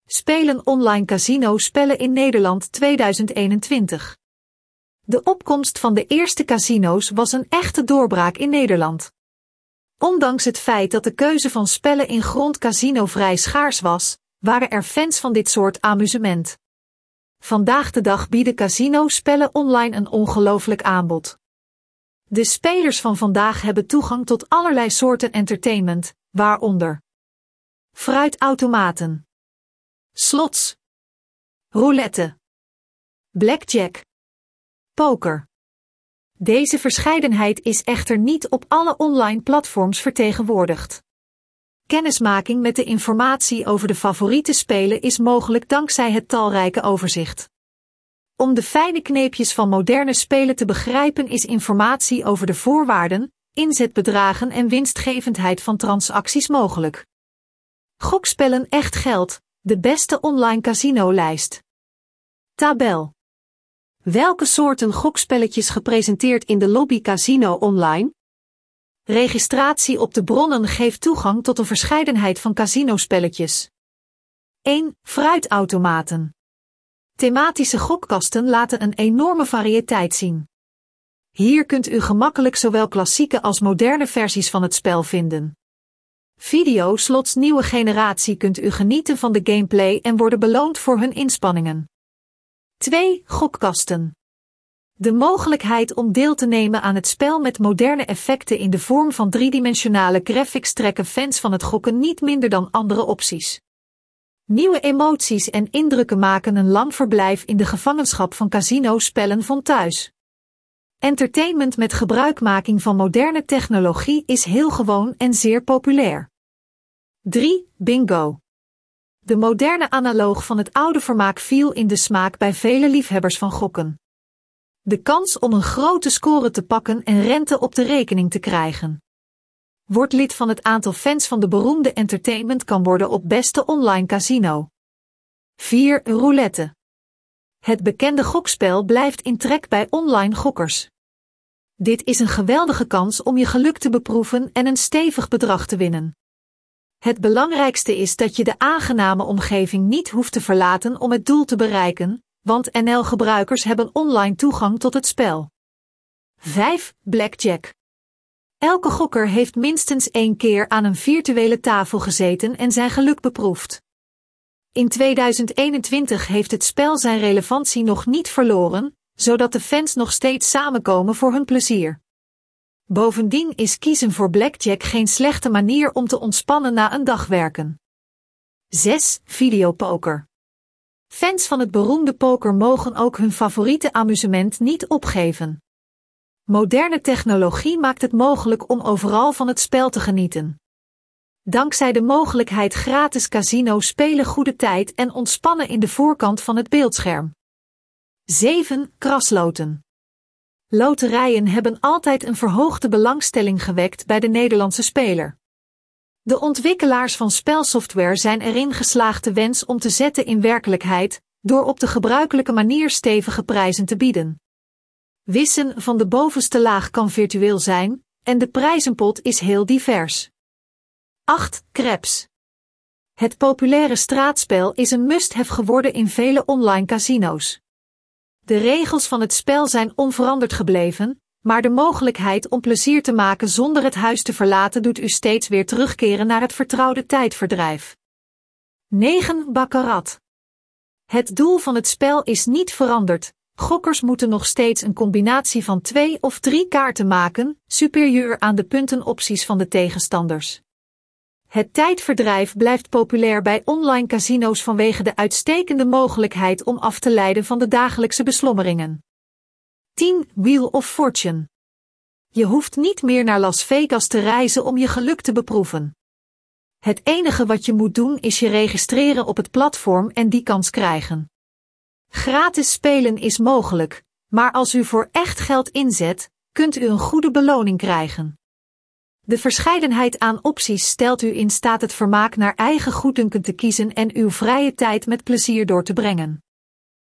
Spelen online casino-spellen in Nederland 2021. De opkomst van de eerste casino's was een echte doorbraak in Nederland. Ondanks het feit dat de keuze van spellen in grondcasino vrij schaars was, waren er fans van dit soort amusement. Vandaag de dag bieden casino-spellen online een ongelooflijk aanbod. De spelers van vandaag hebben toegang tot allerlei soorten entertainment, waaronder fruitautomaten, slots, roulette, blackjack, poker. Deze verscheidenheid is echter niet op alle online platforms vertegenwoordigd. Kennismaking met de informatie over de favoriete spelen is mogelijk dankzij het talrijke overzicht. Om de fijne kneepjes van moderne spelen te begrijpen is informatie over de voorwaarden, inzetbedragen en winstgevendheid van transacties mogelijk. Gokspellen echt geld, de beste online casino-lijst. Tabel. Welke soorten gokspelletjes gepresenteerd in de lobby casino online? Registratie op de bronnen geeft toegang tot een verscheidenheid van casinospelletjes. 1. Fruitautomaten. Thematische gokkasten laten een enorme variëteit zien. Hier kunt u gemakkelijk zowel klassieke als moderne versies van het spel vinden. Videoslots nieuwe generatie kunt u genieten van de gameplay en worden beloond voor hun inspanningen. 2. Gokkasten. De mogelijkheid om deel te nemen aan het spel met moderne effecten in de vorm van driedimensionale graphics trekken fans van het gokken niet minder dan andere opties. Nieuwe emoties en indrukken maken een lang verblijf in de gevangenschap van casino-spellen van thuis. Entertainment met gebruikmaking van moderne technologie is heel gewoon en zeer populair. 3. Bingo. De moderne analoog van het oude vermaak viel in de smaak bij vele liefhebbers van gokken. De kans om een grote score te pakken en rente op de rekening te krijgen. Word lid van het aantal fans van de beroemde entertainment kan worden op beste online casino. 4. Roulette. Het bekende gokspel blijft in trek bij online gokkers. Dit is een geweldige kans om je geluk te beproeven en een stevig bedrag te winnen. Het belangrijkste is dat je de aangename omgeving niet hoeft te verlaten om het doel te bereiken, want NL-gebruikers hebben online toegang tot het spel. 5. Blackjack. Elke gokker heeft minstens 1 keer aan een virtuele tafel gezeten en zijn geluk beproefd. In 2021 heeft het spel zijn relevantie nog niet verloren, zodat de fans nog steeds samenkomen voor hun plezier. Bovendien is kiezen voor blackjack geen slechte manier om te ontspannen na een dag werken. 6. Videopoker. Fans van het beroemde poker mogen ook hun favoriete amusement niet opgeven. Moderne technologie maakt het mogelijk om overal van het spel te genieten. Dankzij de mogelijkheid gratis casino spelen goede tijd en ontspannen in de voorkant van het beeldscherm. 7. Krasloten. Loterijen hebben altijd een verhoogde belangstelling gewekt bij de Nederlandse speler. De ontwikkelaars van spelsoftware zijn erin geslaagd de wens om te zetten in werkelijkheid, door op de gebruikelijke manier stevige prijzen te bieden. Wissen van de bovenste laag kan virtueel zijn, en de prijzenpot is heel divers. 8. Craps. Het populaire straatspel is een must-have geworden in vele online casino's. De regels van het spel zijn onveranderd gebleven, maar de mogelijkheid om plezier te maken zonder het huis te verlaten doet u steeds weer terugkeren naar het vertrouwde tijdverdrijf. 9. Baccarat. Het doel van het spel is niet veranderd. Gokkers moeten nog steeds een combinatie van 2 of 3 kaarten maken, superieur aan de puntenopties van de tegenstanders. Het tijdverdrijf blijft populair bij online casino's vanwege de uitstekende mogelijkheid om af te leiden van de dagelijkse beslommeringen. 10. Wheel of Fortune. Je hoeft niet meer naar Las Vegas te reizen om je geluk te beproeven. Het enige wat je moet doen is je registreren op het platform en die kans krijgen. Gratis spelen is mogelijk, maar als u voor echt geld inzet, kunt u een goede beloning krijgen. De verscheidenheid aan opties stelt u in staat het vermaak naar eigen goeddunken te kiezen en uw vrije tijd met plezier door te brengen.